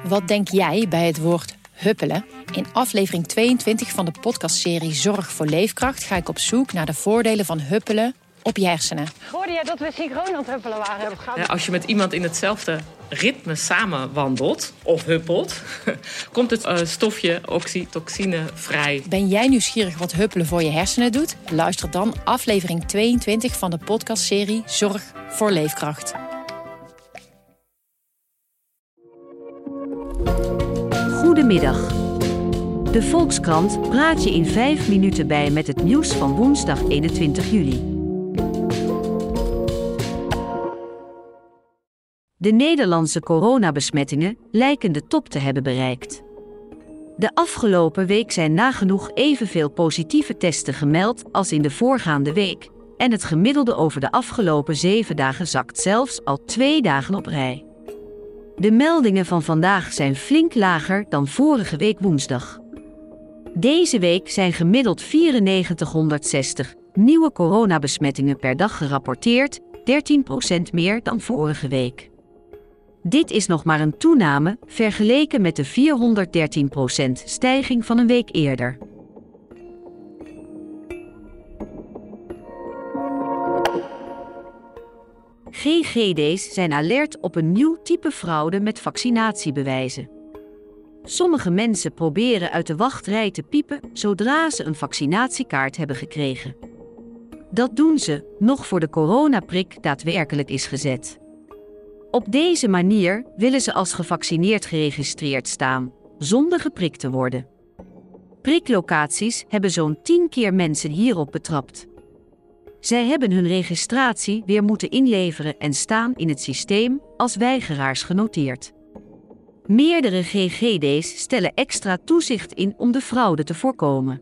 Wat denk jij bij het woord huppelen? In aflevering 22 van de podcastserie Zorg voor Leefkracht ga ik op zoek naar de voordelen van huppelen op je hersenen. Hoorde jij dat we synchroon aan het huppelen waren? Ja, als je met iemand in hetzelfde ritme samen wandelt of huppelt, komt het stofje oxytocine vrij. Ben jij nieuwsgierig wat huppelen voor je hersenen doet? Luister dan aflevering 22 van de podcastserie Zorg voor Leefkracht. Goedemiddag. De Volkskrant praat je in 5 minuten bij met het nieuws van woensdag 21 juli. De Nederlandse coronabesmettingen lijken de top te hebben bereikt. De afgelopen week zijn nagenoeg evenveel positieve testen gemeld als in de voorgaande week, en het gemiddelde over de afgelopen 7 dagen zakt zelfs al 2 dagen op rij. De meldingen van vandaag zijn flink lager dan vorige week woensdag. Deze week zijn gemiddeld 9460 nieuwe coronabesmettingen per dag gerapporteerd, 13% meer dan vorige week. Dit is nog maar een toename vergeleken met de 413% stijging van een week eerder. GGD's zijn alert op een nieuw type fraude met vaccinatiebewijzen. Sommige mensen proberen uit de wachtrij te piepen zodra ze een vaccinatiekaart hebben gekregen. Dat doen ze nog voor de coronaprik daadwerkelijk is gezet. Op deze manier willen ze als gevaccineerd geregistreerd staan, zonder geprikt te worden. Priklocaties hebben zo'n 10 keer mensen hierop betrapt. Zij hebben hun registratie weer moeten inleveren en staan in het systeem als weigeraars genoteerd. Meerdere GGD's stellen extra toezicht in om de fraude te voorkomen.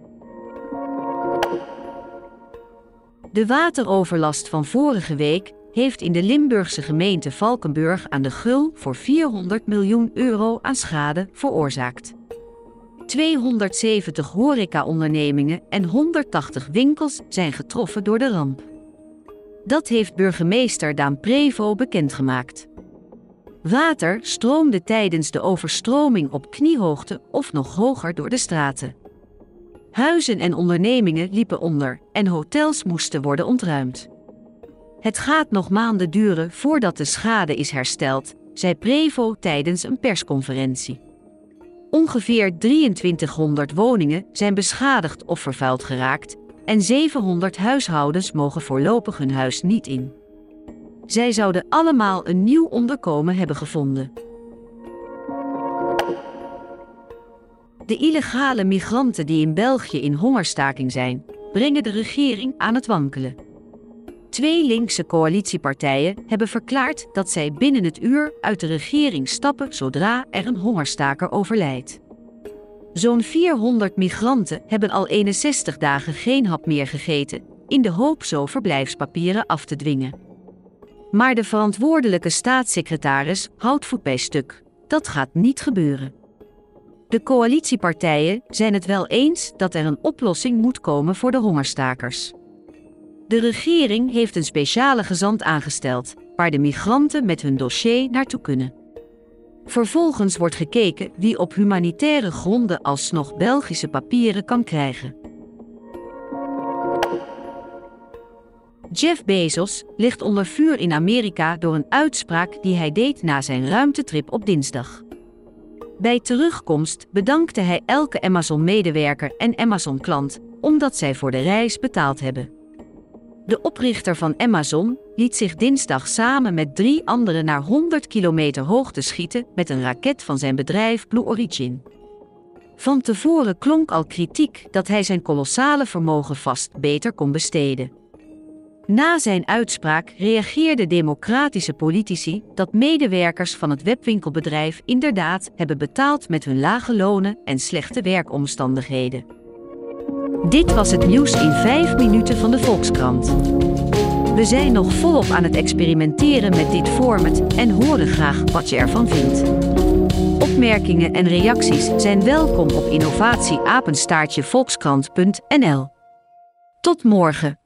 De wateroverlast van vorige week heeft in de Limburgse gemeente Valkenburg aan de Gul voor €400 miljoen aan schade veroorzaakt. 270 horecaondernemingen en 180 winkels zijn getroffen door de ramp. Dat heeft burgemeester Daan Prevo bekendgemaakt. Water stroomde tijdens de overstroming op kniehoogte of nog hoger door de straten. Huizen en ondernemingen liepen onder en hotels moesten worden ontruimd. Het gaat nog maanden duren voordat de schade is hersteld, zei Prevo tijdens een persconferentie. Ongeveer 2300 woningen zijn beschadigd of vervuild geraakt en 700 huishoudens mogen voorlopig hun huis niet in. Zij zouden allemaal een nieuw onderkomen hebben gevonden. De illegale migranten die in België in hongerstaking zijn, brengen de regering aan het wankelen. 2 linkse coalitiepartijen hebben verklaard dat zij binnen het uur uit de regering stappen zodra er een hongerstaker overlijdt. Zo'n 400 migranten hebben al 61 dagen geen hap meer gegeten, in de hoop zo verblijfspapieren af te dwingen. Maar de verantwoordelijke staatssecretaris houdt voet bij stuk. Dat gaat niet gebeuren. De coalitiepartijen zijn het wel eens dat er een oplossing moet komen voor de hongerstakers. De regering heeft een speciale gezant aangesteld, waar de migranten met hun dossier naartoe kunnen. Vervolgens wordt gekeken wie op humanitaire gronden alsnog Belgische papieren kan krijgen. Jeff Bezos ligt onder vuur in Amerika door een uitspraak die hij deed na zijn ruimtetrip op dinsdag. Bij terugkomst bedankte hij elke Amazon-medewerker en Amazon-klant, omdat zij voor de reis betaald hebben. De oprichter van Amazon liet zich dinsdag samen met 3 anderen naar 100 kilometer hoogte schieten met een raket van zijn bedrijf Blue Origin. Van tevoren klonk al kritiek dat hij zijn kolossale vermogen vast beter kon besteden. Na zijn uitspraak reageerden democratische politici dat medewerkers van het webwinkelbedrijf inderdaad hebben betaald met hun lage lonen en slechte werkomstandigheden. Dit was het nieuws in 5 minuten van de Volkskrant. We zijn nog volop aan het experimenteren met dit format en horen graag wat je ervan vindt. Opmerkingen en reacties zijn welkom op innovatie@volkskrant.nl. Tot morgen.